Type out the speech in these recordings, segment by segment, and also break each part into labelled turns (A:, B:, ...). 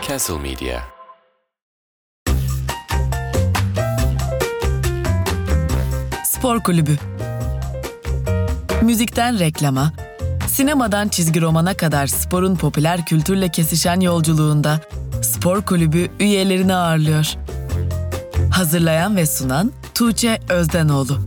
A: Castle Media.
B: Spor Kulübü. Müzikten reklama, sinemadan çizgi romana kadar sporun popüler kültürle kesişen yolculuğunda Spor Kulübü üyelerini ağırlıyor. Hazırlayan ve sunan Tuğçe Özdenoğlu.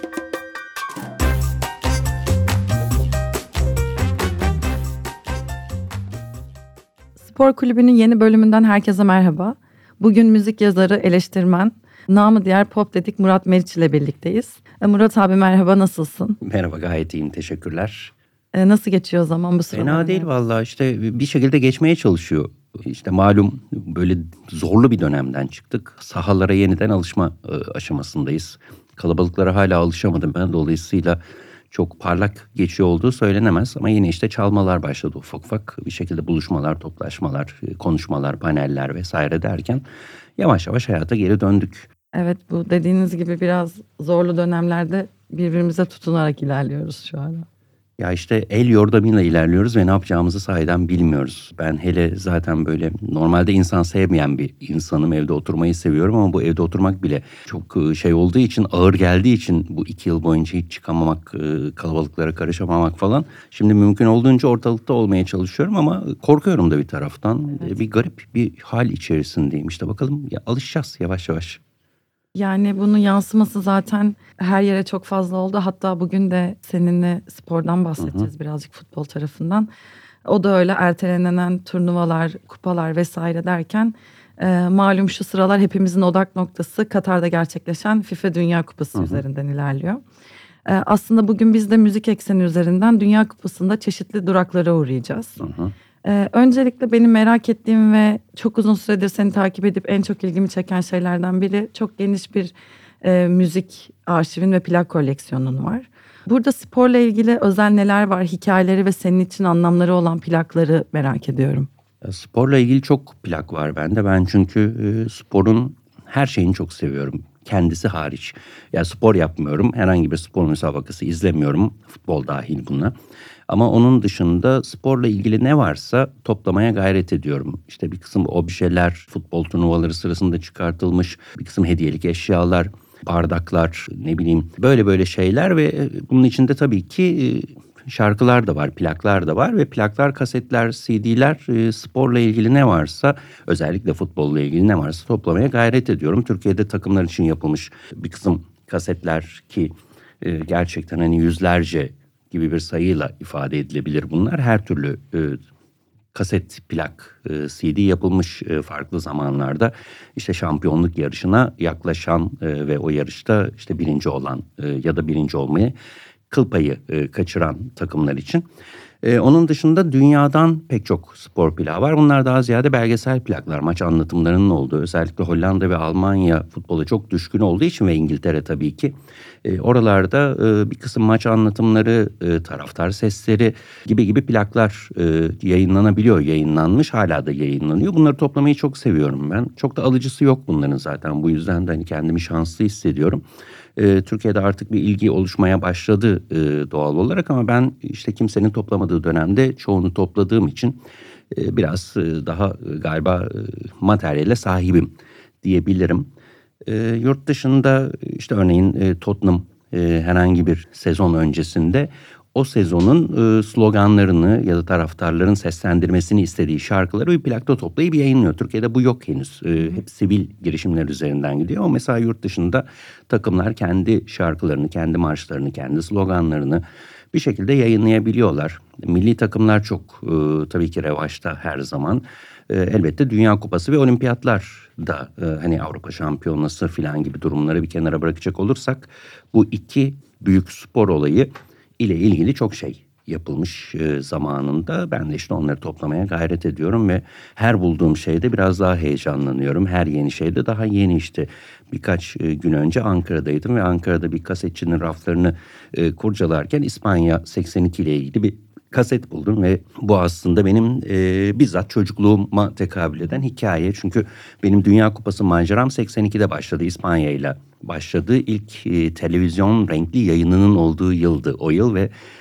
C: Spor Kulübü'nün yeni bölümünden herkese merhaba. Bugün müzik yazarı, eleştirmen, namı diğer Pop Dedik Murat Meriç ile birlikteyiz. Murat abi merhaba, nasılsın?
D: Merhaba, gayet iyiyim, teşekkürler.
C: Nasıl geçiyor o zaman bu sıralar?
D: Fena değil vallahi, işte bir şekilde geçmeye çalışıyor. İşte malum böyle zorlu bir dönemden çıktık. Sahalara yeniden alışma aşamasındayız. Kalabalıklara hala alışamadım ben, dolayısıyla çok parlak geçiyor olduğu söylenemez. Ama yine işte çalmalar başladı ufak ufak. Bir şekilde buluşmalar, toplaşmalar, konuşmalar, paneller vesaire derken yavaş yavaş hayata geri döndük.
C: Evet, bu dediğiniz gibi biraz zorlu dönemlerde birbirimize tutunarak ilerliyoruz şu anda.
D: Ya işte el yordamıyla ilerliyoruz ve ne yapacağımızı sahiden bilmiyoruz. Ben hele zaten böyle normalde insan sevmeyen bir insanım. Evde oturmayı seviyorum ama bu evde oturmak bile çok şey olduğu için, ağır geldiği için bu 2 yıl boyunca hiç çıkamamak, kalabalıklara karışamamak falan. Şimdi mümkün olduğunca ortalıkta olmaya çalışıyorum ama korkuyorum da bir taraftan.
C: Evet.
D: Bir garip bir hal içerisindeyim. İşte bakalım ya, alışacağız yavaş yavaş.
C: Yani bunun yansıması zaten her yere çok fazla oldu. Hatta bugün de seninle spordan bahsedeceğiz, birazcık futbol tarafından. O da öyle, ertelenen turnuvalar, kupalar vesaire derken malum şu sıralar hepimizin odak noktası Katar'da gerçekleşen FIFA Dünya Kupası üzerinden ilerliyor. Aslında bugün biz de müzik ekseni üzerinden Dünya Kupası'nda çeşitli duraklara uğrayacağız. Öncelikle benim merak ettiğim ve çok uzun süredir seni takip edip en çok ilgimi çeken şeylerden biri, çok geniş bir müzik arşivin ve plak koleksiyonun var. Burada sporla ilgili özel neler var, hikayeleri ve senin için anlamları olan plakları merak ediyorum.
D: Sporla ilgili çok plak var bende. Ben çünkü sporun her şeyini çok seviyorum. Kendisi hariç. Ya spor yapmıyorum. Herhangi bir spor müsabakası izlemiyorum. Futbol dahil buna. Ama onun dışında sporla ilgili ne varsa toplamaya gayret ediyorum. İşte bir kısım objeler, futbol turnuvaları sırasında çıkartılmış, bir kısım hediyelik eşyalar, bardaklar, ne bileyim böyle şeyler ve bunun içinde tabii ki şarkılar da var, plaklar da var ve plaklar, kasetler, CD'ler, sporla ilgili ne varsa, özellikle futbolla ilgili ne varsa toplamaya gayret ediyorum. Türkiye'de takımlar için yapılmış bir kısım kasetler ki gerçekten hani yüzlerce gibi bir sayıyla ifade edilebilir bunlar. Her türlü kaset, plak, CD yapılmış farklı zamanlarda, işte şampiyonluk yarışına yaklaşan ve o yarışta işte birinci olan ya da birinci olmayı kıl payı kaçıran takımlar için. Onun dışında dünyadan pek çok spor plağı var. Bunlar daha ziyade belgesel plaklar, maç anlatımlarının olduğu. Özellikle Hollanda ve Almanya futbola çok düşkün olduğu için ve İngiltere tabii ki. Oralarda bir kısım maç anlatımları, taraftar sesleri gibi plaklar yayınlanabiliyor, yayınlanmış, hala da yayınlanıyor. Bunları toplamayı çok seviyorum ben. Çok da alıcısı yok bunların zaten. Bu yüzden de hani kendimi şanslı hissediyorum. Türkiye'de artık bir ilgi oluşmaya başladı doğal olarak ama ben işte kimsenin toplamadığı dönemde çoğunu topladığım için biraz daha galiba materyale sahibim diyebilirim. Yurt dışında işte örneğin Tottenham herhangi bir sezon öncesinde o sezonun sloganlarını ya da taraftarların seslendirmesini istediği şarkıları bir plakta toplayıp yayınlıyor. Türkiye'de bu yok henüz. Hep sivil girişimler üzerinden gidiyor. Ama mesela yurt dışında takımlar kendi şarkılarını, kendi marşlarını, kendi sloganlarını bir şekilde yayınlayabiliyorlar. Milli takımlar çok tabii ki revaçta her zaman. Elbette Dünya Kupası ve Olimpiyatlar da hani Avrupa Şampiyonası falan gibi durumları bir kenara bırakacak olursak bu iki büyük spor olayı ile ilgili çok şey yapılmış zamanında. Ben de işte onları toplamaya gayret ediyorum ve her bulduğum şeyde biraz daha heyecanlanıyorum. Her yeni şeyde daha yeni işte. Birkaç gün önce Ankara'daydım ve Ankara'da bir kasetçinin raflarını kurcalarken İspanya 82 ile ilgili bir kaset buldum ve bu aslında benim bizzat çocukluğuma tekabül eden hikaye. Çünkü benim Dünya Kupası maceram 82'de başladı, İspanya ile başladı. İlk televizyon renkli yayınının olduğu yıldı o yıl ve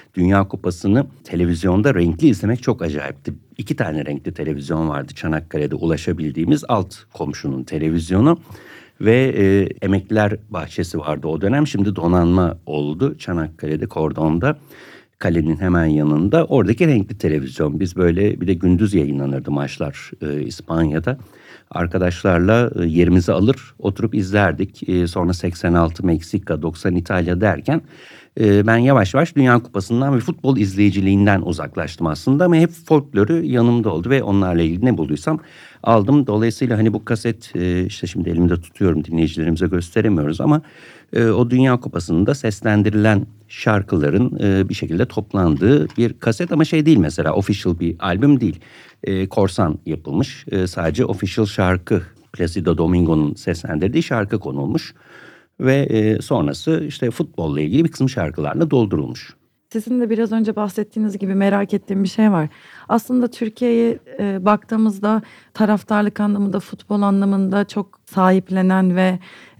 D: Dünya Kupası'nı televizyonda renkli izlemek çok acayipti. 2 tane renkli televizyon vardı Çanakkale'de ulaşabildiğimiz, alt komşunun televizyonu. Ve Emekliler Bahçesi vardı o dönem. Şimdi donanma oldu Çanakkale'de, Kordon'da. Kalenin hemen yanında. Oradaki renkli televizyon. Biz böyle, bir de gündüz yayınlanırdı maçlar İspanya'da. Arkadaşlarla yerimizi alır oturup izlerdik. Sonra 86 Meksika, 90 İtalya derken ben yavaş yavaş Dünya Kupası'ndan ve futbol izleyiciliğinden uzaklaştım aslında. Ama hep folkloru yanımda oldu ve onlarla ilgili ne bulduysam aldım. Dolayısıyla hani bu kaset, işte şimdi elimde tutuyorum, dinleyicilerimize gösteremiyoruz ama o Dünya Kupası'nda seslendirilen şarkıların bir şekilde toplandığı bir kaset, ama şey değil, mesela official bir albüm değil. Korsan yapılmış. Sadece official şarkı, Placido Domingo'nun seslendirdiği şarkı konulmuş ve sonrası işte futbolla ilgili bir kısım şarkılarla doldurulmuş.
C: Sizin de biraz önce bahsettiğiniz gibi merak ettiğim bir şey var. Aslında Türkiye'ye baktığımızda taraftarlık anlamında, futbol anlamında çok sahiplenen ve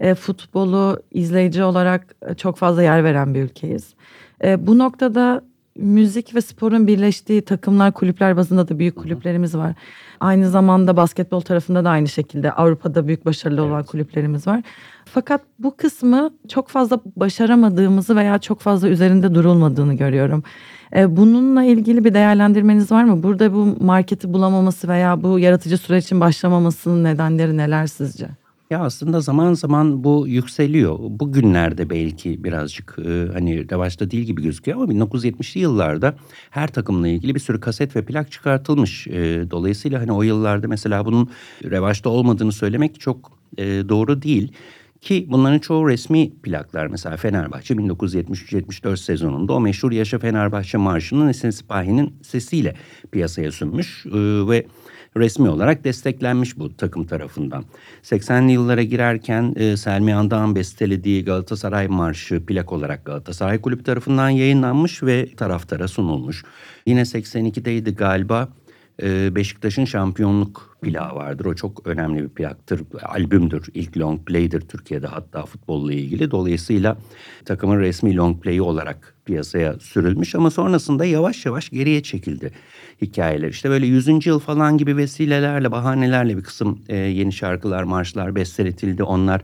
C: futbolu izleyici olarak çok fazla yer veren bir ülkeyiz. Bu noktada müzik ve sporun birleştiği takımlar, kulüpler bazında da büyük kulüplerimiz var. Aynı zamanda basketbol tarafında da aynı şekilde Avrupa'da büyük başarılı olan kulüplerimiz var. Fakat bu kısmı çok fazla başaramadığımızı veya çok fazla üzerinde durulmadığını görüyorum. Bununla ilgili bir değerlendirmeniz var mı? Burada bu marketi bulamaması veya bu yaratıcı sürecin başlamamasının nedenleri neler sizce?
D: Ya aslında zaman zaman bu yükseliyor. Bugünlerde belki birazcık hani revaçta değil gibi gözüküyor ama 1970'li yıllarda her takımla ilgili bir sürü kaset ve plak çıkartılmış. Dolayısıyla hani o yıllarda mesela bunun revaçta olmadığını söylemek çok doğru değil. Ki bunların çoğu resmi plaklar. Mesela Fenerbahçe 1973-74 sezonunda o meşhur Yaşa Fenerbahçe Marşı'nın Esin Sipahi'nin sesiyle piyasaya sunmuş ve resmi olarak desteklenmiş bu takım tarafından. 80'li yıllara girerken Selmi Andağ'ın bestelediği Galatasaray Marşı plak olarak Galatasaray Kulübü tarafından yayınlanmış ve taraftara sunulmuş. Yine 82'deydi galiba, Beşiktaş'ın şampiyonluk plağı vardır. O çok önemli bir plaktır, albümdür, ilk long play'dir Türkiye'de hatta futbolla ilgili. Dolayısıyla takımın resmi long play'i olarak piyasaya sürülmüş ama sonrasında yavaş yavaş geriye çekildi hikayeler. İşte böyle 100. yıl falan gibi vesilelerle, bahanelerle bir kısım yeni şarkılar, marşlar besteletildi. Onlar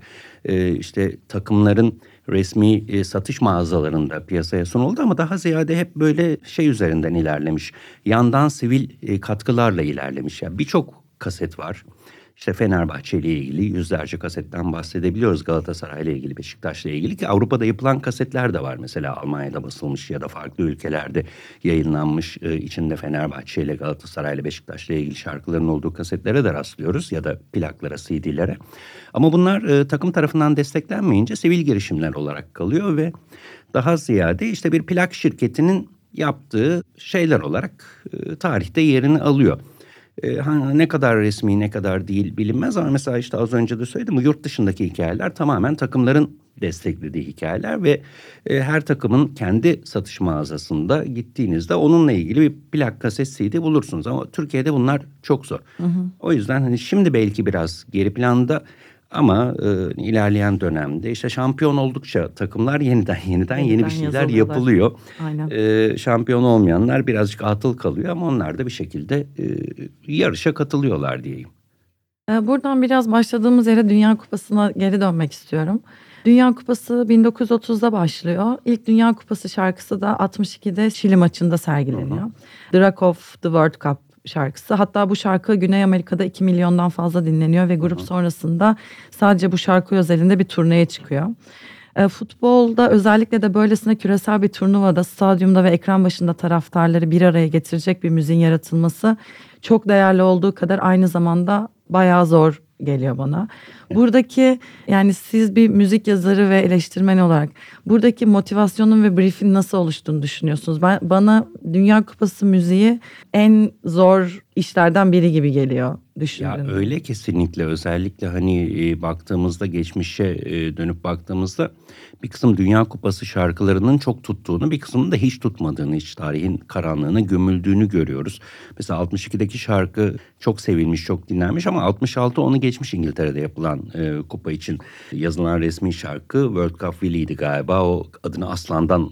D: işte takımların resmi satış mağazalarında piyasaya sunuldu ama daha ziyade hep böyle şey üzerinden ilerlemiş. Yandan sivil katkılarla ilerlemiş. Yani birçok kaset var. İşte Fenerbahçe ile ilgili yüzlerce kasetten bahsedebiliyoruz. Galatasaray ile ilgili, Beşiktaş ile ilgili, ki Avrupa'da yapılan kasetler de var. Mesela Almanya'da basılmış ya da farklı ülkelerde yayınlanmış, içinde Fenerbahçe ile, Galatasaray ile, Beşiktaş ile ilgili şarkıların olduğu kasetlere de rastlıyoruz ya da plaklara, CD'lere. Ama bunlar takım tarafından desteklenmeyince sivil girişimler olarak kalıyor ve daha ziyade işte bir plak şirketinin yaptığı şeyler olarak tarihte yerini alıyor. Ne kadar resmi, ne kadar değil bilinmez ama mesela işte az önce de söyledim, bu yurt dışındaki hikayeler tamamen takımların desteklediği hikayeler ve her takımın kendi satış mağazasında gittiğinizde onunla ilgili bir plak, kaset, CD bulursunuz ama Türkiye'de bunlar çok zor. O yüzden hani şimdi belki biraz geri planda ama ilerleyen dönemde işte şampiyon oldukça takımlar yeniden yeni bir şeyler yapılıyor. Şampiyon olmayanlar birazcık atıl kalıyor ama onlar da bir şekilde yarışa katılıyorlar diyeyim.
C: Buradan biraz başladığımız yere Dünya Kupası'na geri dönmek istiyorum. Dünya Kupası 1930'da başlıyor. İlk Dünya Kupası şarkısı da 62'de Şili maçında sergileniyor. The Rock of the World Cup şarkısı. Hatta bu şarkı Güney Amerika'da 2 milyondan fazla dinleniyor ve grup sonrasında sadece bu şarkı özelinde bir turneye çıkıyor. Futbolda özellikle de böylesine küresel bir turnuvada, stadyumda ve ekran başında taraftarları bir araya getirecek bir müziğin yaratılması çok değerli olduğu kadar aynı zamanda bayağı zor geliyor bana. Buradaki, yani siz bir müzik yazarı ve eleştirmen olarak buradaki motivasyonun ve briefin nasıl oluştuğunu düşünüyorsunuz? Bana Dünya Kupası müziği en zor işlerden biri gibi geliyor.
D: Ya öyle kesinlikle, özellikle hani baktığımızda, geçmişe dönüp baktığımızda bir kısım Dünya Kupası şarkılarının çok tuttuğunu, bir kısmının da hiç tutmadığını, hiç tarihin karanlığına gömüldüğünü görüyoruz. Mesela 62'deki şarkı çok sevilmiş, çok dinlenmiş ama 66 onu geçmiş İngiltere'de yapılan kupa için yazılan resmi şarkı World Cup Willie'ydi galiba. O adını Aslan'dan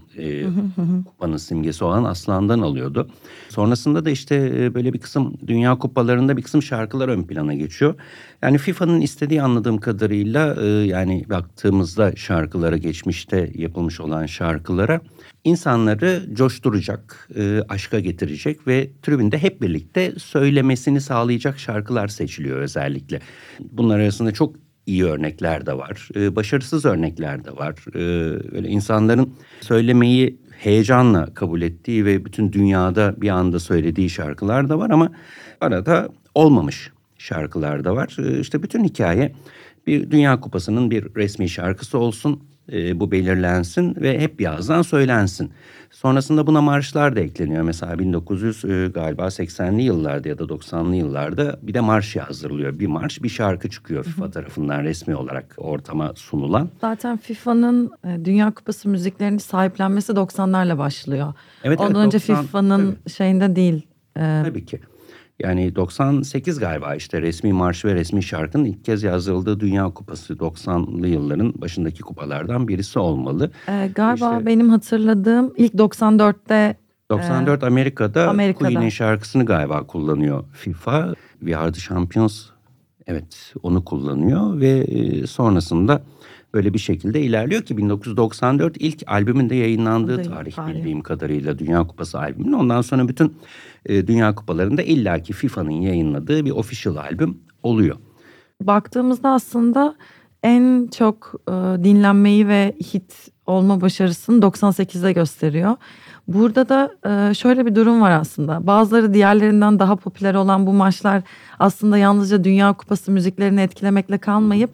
D: kupanın simgesi olan Aslan'dan alıyordu. Sonrasında da işte böyle bir kısım Dünya Kupalarında bir kısım şarkılar ön plana geçiyor. Yani FIFA'nın istediği anladığım kadarıyla yani baktığımızda şarkılara, geçmişte yapılmış olan şarkılara insanları coşturacak, aşka getirecek ve tribünde hep birlikte söylemesini sağlayacak şarkılar seçiliyor özellikle. Bunlar arasında çok iyi örnekler de var, başarısız örnekler de var. Böyle insanların söylemeyi heyecanla kabul ettiği ve bütün dünyada bir anda söylediği şarkılar da var ama arada olmamış şarkılar da var. İşte bütün hikaye bir Dünya Kupası'nın bir resmi şarkısı olsun, bu belirlensin ve hep bir ağızdan söylensin. Sonrasında buna marşlar da ekleniyor. Mesela 1900 galiba 80'li yıllarda ya da 90'lı yıllarda bir de marş yazdırılıyor. Bir marş, bir şarkı çıkıyor FIFA tarafından resmi olarak ortama sunulan.
C: Zaten FIFA'nın Dünya Kupası müziklerini sahiplenmesi 90'larla başlıyor.
D: Evet,
C: Ondan önce FIFA'nın şeyinde değil.
D: Tabii ki. Yani 98 galiba işte resmi marş ve resmi şarkının ilk kez yazdırıldığı Dünya Kupası 90'lı yılların başındaki kupalardan birisi olmalı.
C: Galiba
D: İşte,
C: benim hatırladığım ilk 94'te
D: 94 Amerika'da Queen'in şarkısını galiba kullanıyor FIFA. We Are The Champions, evet, onu kullanıyor ve sonrasında böyle bir şekilde ilerliyor ki 1994 ilk albümün de yayınlandığı tarih bildiğim kadarıyla Dünya Kupası albümünün. Ondan sonra bütün Dünya Kupalarında illaki FIFA'nın yayınladığı bir official albüm oluyor.
C: Baktığımızda aslında en çok dinlenmeyi ve hit olma başarısını 98'de gösteriyor. Burada da şöyle bir durum var aslında. Bazıları diğerlerinden daha popüler olan bu maçlar aslında yalnızca Dünya Kupası müziklerini etkilemekle kalmayıp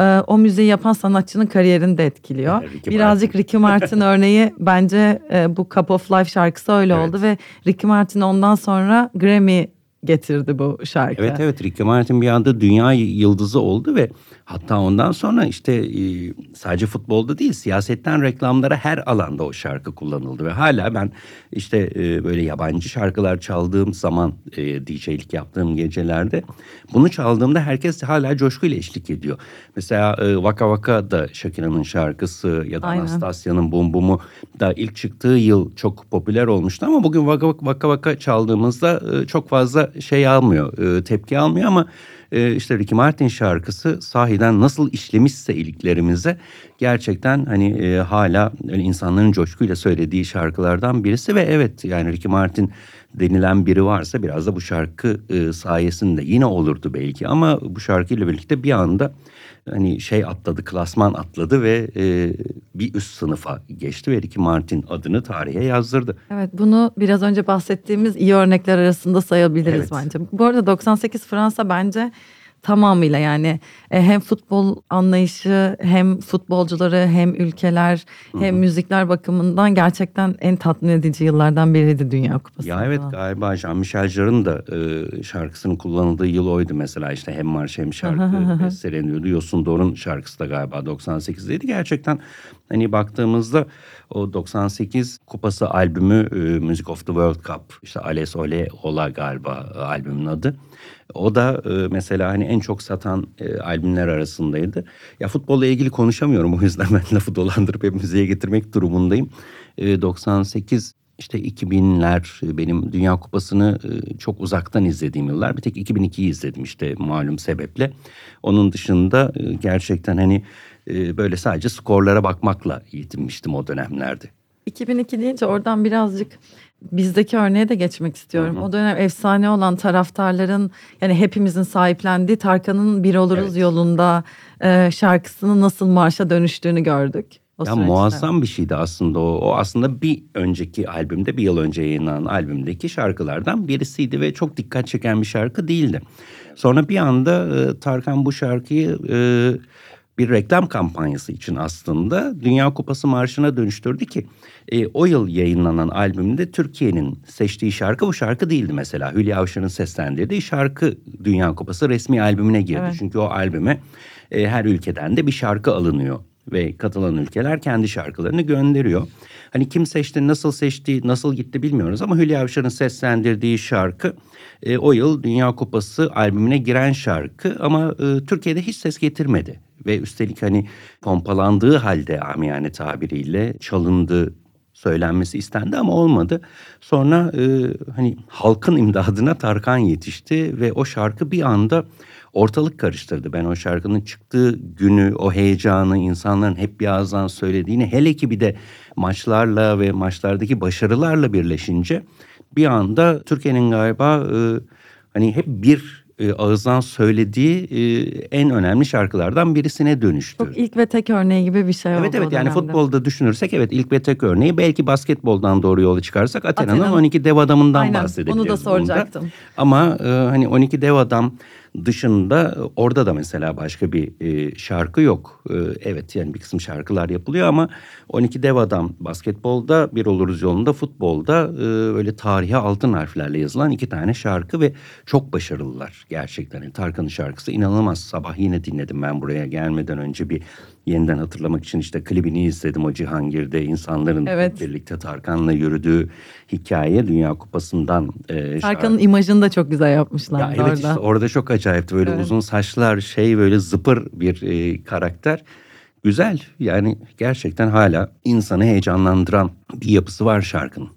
C: o müziği yapan sanatçının kariyerini de etkiliyor. Birazcık Ricky Martin örneği bence bu Cup of Life şarkısı öyle oldu ve Ricky Martin ondan sonra Grammy getirdi bu şarkı.
D: Evet, Ricky Martin bir anda dünya yıldızı oldu ve hatta ondan sonra işte sadece futbolda değil, siyasetten reklamlara her alanda o şarkı kullanıldı ve hala ben işte böyle yabancı şarkılar çaldığım zaman DJ'lik yaptığım gecelerde bunu çaldığımda herkes hala coşkuyla eşlik ediyor. Mesela Waka Waka da Shakira'nın şarkısı ya da Anastasya'nın Bum Bum'u da ilk çıktığı yıl çok popüler olmuştu ama bugün Waka Waka çaldığımızda çok fazla şey almıyor, tepki almıyor ama işte Ricky Martin şarkısı sahiden nasıl işlemişse iliklerimize gerçekten hani hala insanların coşkuyla söylediği şarkılardan birisi ve evet yani Ricky Martin denilen biri varsa biraz da bu şarkı sayesinde yine olurdu belki ama bu şarkıyla birlikte bir anda hani atladı, klasman atladı ve bir üst sınıfa geçti ve Ricky Martin adını tarihe yazdırdı.
C: Evet, bunu biraz önce bahsettiğimiz iyi örnekler arasında sayabiliriz bence. Bu arada 98 Fransa bence tamamıyla yani hem futbol anlayışı hem futbolcuları hem ülkeler hem müzikler bakımından gerçekten en tatmin edici yıllardan biriydi Dünya Kupası.
D: Ya evet, galiba Jean-Michel Jarre'ın da şarkısının kullanıldığı yıl oydu mesela, işte hem marş hem şarkı besteleniyordu. Yosun Dor'un şarkısı da galiba 98'deydi. Gerçekten hani baktığımızda o 98 Kupası albümü Music of the World Cup, işte Ales Ole Ola galiba albümün adı. O da mesela hani en çok satan albümler arasındaydı. Ya futbolla ilgili konuşamıyorum, o yüzden ben lafı dolandırıp hep müziğe getirmek durumundayım. 98 işte 2000'ler benim Dünya Kupası'nı çok uzaktan izlediğim yıllar. Bir tek 2002'yi izledim işte malum sebeple. Onun dışında gerçekten hani böyle sadece skorlara bakmakla yetinmiştim o dönemlerde.
C: 2002 deyince oradan birazcık bizdeki örneğe de geçmek istiyorum. O dönem efsane olan taraftarların yani hepimizin sahiplendiği Tarkan'ın Bir Oluruz yolunda şarkısının nasıl marşa dönüştüğünü gördük.
D: Ya muazzam bir şeydi aslında o. O aslında bir önceki albümde, bir yıl önce yayınlanan albümdeki şarkılardan birisiydi ve çok dikkat çeken bir şarkı değildi. Sonra bir anda Tarkan bu şarkıyı bir reklam kampanyası için aslında Dünya Kupası marşına dönüştürdü ki o yıl yayınlanan albümde Türkiye'nin seçtiği şarkı bu şarkı değildi mesela. Hülya Avşar'ın seslendirdiği şarkı Dünya Kupası resmi albümüne girdi. Evet. Çünkü o albüme her ülkeden de bir şarkı alınıyor ve katılan ülkeler kendi şarkılarını gönderiyor. Hani kim seçti, nasıl seçti, nasıl gitti bilmiyoruz ama Hülya Avşar'ın seslendirdiği şarkı o yıl Dünya Kupası albümüne giren şarkı ama Türkiye'de hiç ses getirmedi. Ve üstelik hani pompalandığı halde amiyane tabiriyle çalındı, söylenmesi istendi ama olmadı. Sonra hani halkın imdadına Tarkan yetişti ve o şarkı bir anda ortalık karıştırdı. Ben o şarkının çıktığı günü, o heyecanı, insanların hep bir ağızdan söylediğini, hele ki bir de maçlarla ve maçlardaki başarılarla birleşince bir anda Türkiye'nin galiba hani hep bir ağızdan söylediği en önemli şarkılardan birisine dönüştü.
C: Çok ilk ve tek örneği gibi bir şey oldu.
D: Evet yani futbolda düşünürsek evet ilk ve tek örneği, belki basketboldan doğru yola çıkarsak Athena'nın 12 dev adamından bahsedebiliriz.
C: Onu da soracaktım.
D: Bunda. Ama hani 12 dev adam dışında orada da mesela başka bir şarkı yok. Evet yani bir kısım şarkılar yapılıyor ama 12 dev adam basketbolda, Bir Oluruz Yolunda futbolda öyle tarihe altın harflerle yazılan 2 tane şarkı ve çok başarılılar gerçekten. Yani Tarkan'ın şarkısı inanılmaz. Sabah yine dinledim ben buraya gelmeden önce, bir yeniden hatırlamak için işte klibini izledim. O Cihangir'de insanların birlikte Tarkan'la yürüdüğü hikaye Dünya Kupası'ndan.
C: Tarkan'ın imajını da çok güzel yapmışlar
D: ya evet
C: orada.
D: işte orada çok acayipti. Böyle uzun saçlar, böyle zıpır bir karakter. Güzel yani, gerçekten hala insanı heyecanlandıran bir yapısı var şarkının.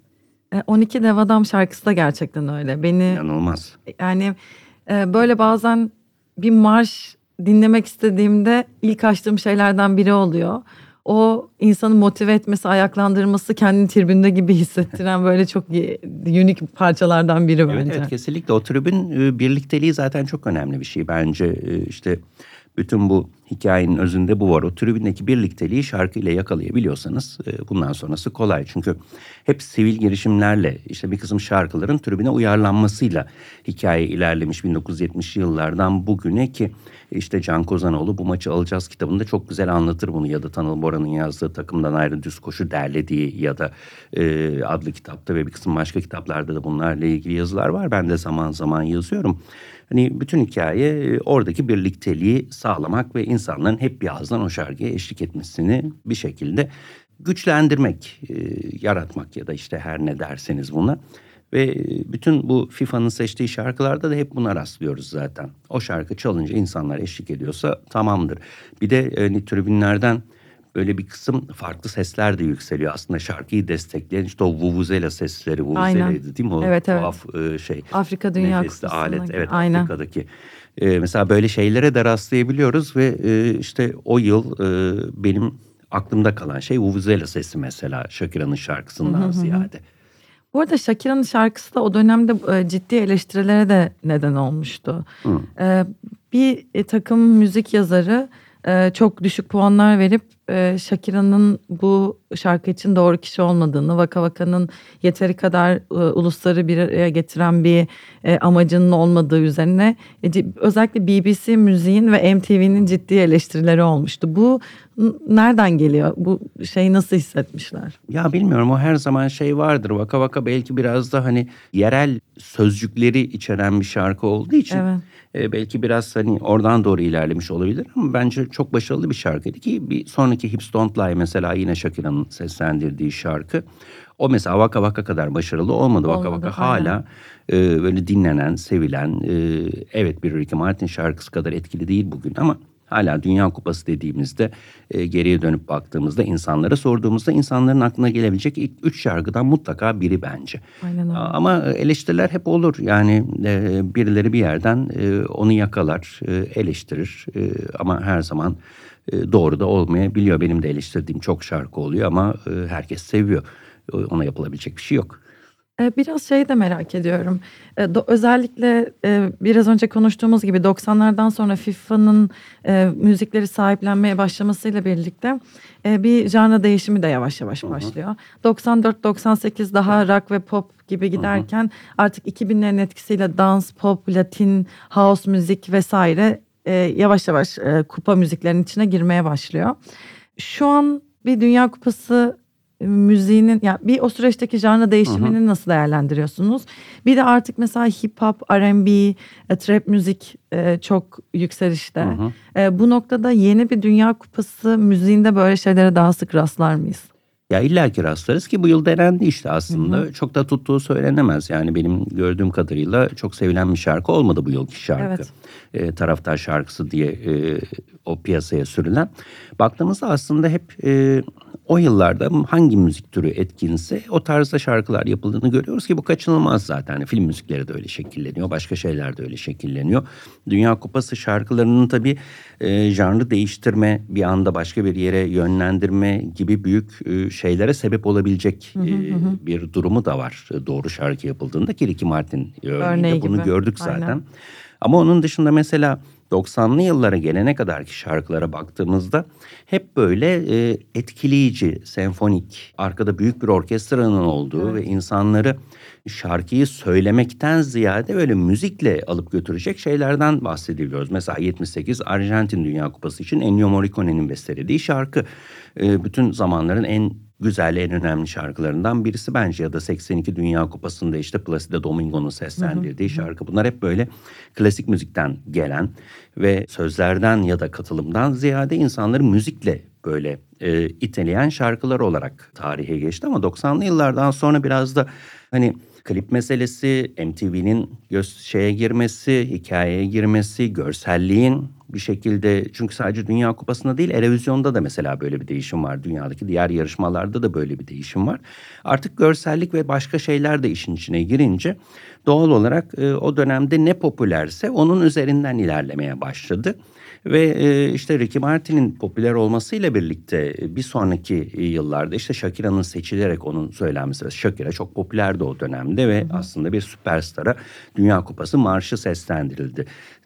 C: 12 Dev Adam şarkısı da gerçekten öyle. Beni
D: İnanılmaz.
C: Yani böyle bazen bir marş dinlemek istediğimde ilk açtığım şeylerden biri oluyor. O insanı motive etmesi, ayaklandırması, kendini tribünde gibi hissettiren böyle çok unik parçalardan biri bence.
D: Evet kesinlikle o tribün birlikteliği zaten çok önemli bir şey bence. İşte bütün bu hikayenin özünde bu var. O tribündeki birlikteliği şarkıyla yakalayabiliyorsanız bundan sonrası kolay. Çünkü hep sivil girişimlerle, işte bir kısım şarkıların tribüne uyarlanmasıyla hikaye ilerlemiş 1970'li yıllardan bugüne ki işte Can Kozanoğlu Bu Maçı Alacağız kitabında çok güzel anlatır bunu, ya da Tanıl Bora'nın yazdığı Takımdan Ayrı Düz Koşu derlediği ya da adlı kitapta ve bir kısım başka kitaplarda da bunlarla ilgili yazılar var. Ben de zaman zaman yazıyorum. Hani bütün hikaye oradaki birlikteliği sağlamak ve insanların hep bir ağızdan o şarkıya eşlik etmesini bir şekilde güçlendirmek, yaratmak ya da işte her ne derseniz buna. Ve bütün bu FIFA'nın seçtiği şarkılarda da hep buna rastlıyoruz zaten. O şarkı çalınca insanlar eşlik ediyorsa tamamdır. Bir de tribünlerden böyle bir kısım farklı sesler de yükseliyor. Aslında şarkıyı destekleyen işte o vuvuzela sesleri, vuvuzela'ydı değil mi? O
C: evet.
D: tuhaf
C: Afrika Dünya
D: nefesli alet. Evet
C: aynen.
D: Afrika'daki. Mesela böyle şeylere de rastlayabiliyoruz ve işte o yıl benim aklımda kalan şey vuvuzela sesi mesela Shakira'nın şarkısından ziyade.
C: Bu arada Shakira'nın şarkısı da o dönemde ciddi eleştirilere de neden olmuştu. Bir takım müzik yazarı çok düşük puanlar verip Shakira'nın bu şarkı için doğru kişi olmadığını, Vaka Vaka'nın yeteri kadar ulusları bir araya getiren bir amacının olmadığı üzerine özellikle BBC Müziğin ve MTV'nin ciddi eleştirileri olmuştu. Bu nereden geliyor? Bu şeyi nasıl hissetmişler?
D: Ya bilmiyorum, o her zaman vardır. Vaka Vaka belki biraz da hani yerel sözcükleri içeren bir şarkı olduğu için belki biraz hani oradan doğru ilerlemiş olabilir ama bence çok başarılı bir şarkıydı ki bir sonraki Hips Don't Lie mesela yine Shakira'nın seslendirdiği şarkı. O mesela Vaka Vaka kadar başarılı olmadı. Vaka Vaka hala böyle dinlenen, sevilen, evet bir Ricky Martin şarkısı kadar etkili değil bugün ama hala Dünya Kupası dediğimizde geriye dönüp baktığımızda, insanlara sorduğumuzda insanların aklına gelebilecek ilk 3 şarkıdan mutlaka biri bence.
C: Aynen öyle.
D: Ama eleştiriler hep olur. Yani birileri bir yerden onu yakalar, eleştirir ama her zaman doğru da olmayabiliyor. Benim de eleştirdiğim çok şarkı oluyor ama herkes seviyor. Ona yapılabilecek bir şey yok.
C: Biraz de merak ediyorum. Özellikle biraz önce konuştuğumuz gibi 90'lardan sonra FIFA'nın müzikleri sahiplenmeye başlamasıyla birlikte bir janra değişimi de yavaş yavaş başlıyor. 94-98 daha rock ve pop gibi giderken artık 2000'lerin etkisiyle dans, pop, latin, house müzik vesaire yavaş yavaş kupa müziklerinin içine girmeye başlıyor. Şu an bir Dünya Kupası müziğinin yani bir o süreçteki janra değişimini nasıl değerlendiriyorsunuz? Bir de artık mesela hip hop, R&B, trap müzik çok yükselişte. Bu noktada yeni bir Dünya Kupası müziğinde böyle şeylere daha sık rastlar mıyız?
D: Ya illaki rastlarız ki bu yıl denendi işte aslında. Çok da tuttuğu söylenemez. Yani benim gördüğüm kadarıyla çok sevilen bir şarkı olmadı bu yılki şarkı. Taraftar şarkısı diye o piyasaya sürülen. Baktığımızda aslında hep o yıllarda hangi müzik türü etkinse o tarzda şarkılar yapıldığını görüyoruz ki bu kaçınılmaz zaten. Yani film müzikleri de öyle şekilleniyor, başka şeyler de öyle şekilleniyor. Dünya Kupası şarkılarının tabii janrı değiştirme, bir anda başka bir yere yönlendirme gibi büyük şeylere sebep olabilecek bir durumu da var. Doğru şarkı yapıldığında ki Ricky Martin örneğinde bunu gördük zaten. Aynen. Ama onun dışında mesela 90'lı yıllara gelene kadarki şarkılara baktığımızda hep böyle etkileyici, senfonik, arkada büyük bir orkestranın olduğu ve insanları şarkıyı söylemekten ziyade öyle müzikle alıp götürecek şeylerden bahsediliyoruz. Mesela 78 Arjantin Dünya Kupası için Ennio Morricone'nin bestelediği şarkı. Bütün zamanların en güzel, en önemli şarkılarından birisi bence. Ya da 82 Dünya Kupası'nda işte Placido Domingo'nun seslendirdiği şarkı. Bunlar hep böyle klasik müzikten gelen ve sözlerden ya da katılımdan ziyade insanları müzikle böyle iteleyen şarkılar olarak tarihe geçti. Ama 90'lı yıllardan sonra biraz da hani klip meselesi, MTV'nin şeye girmesi, hikayeye girmesi, görselliğin bir şekilde, çünkü sadece Dünya Kupası'nda değil, Eurovision'da da mesela böyle bir değişim var. Dünyadaki diğer yarışmalarda da böyle bir değişim var. Artık görsellik ve başka şeyler de işin içine girince doğal olarak o dönemde ne popülerse onun üzerinden ilerlemeye başladı. Ve işte Ricky Martin'in popüler olmasıyla birlikte bir sonraki yıllarda işte Shakira'nın seçilerek onun söylenmesi. Shakira çok popülerdi o dönemde ve aslında bir süperstara Dünya Kupası marşı seslendirildi.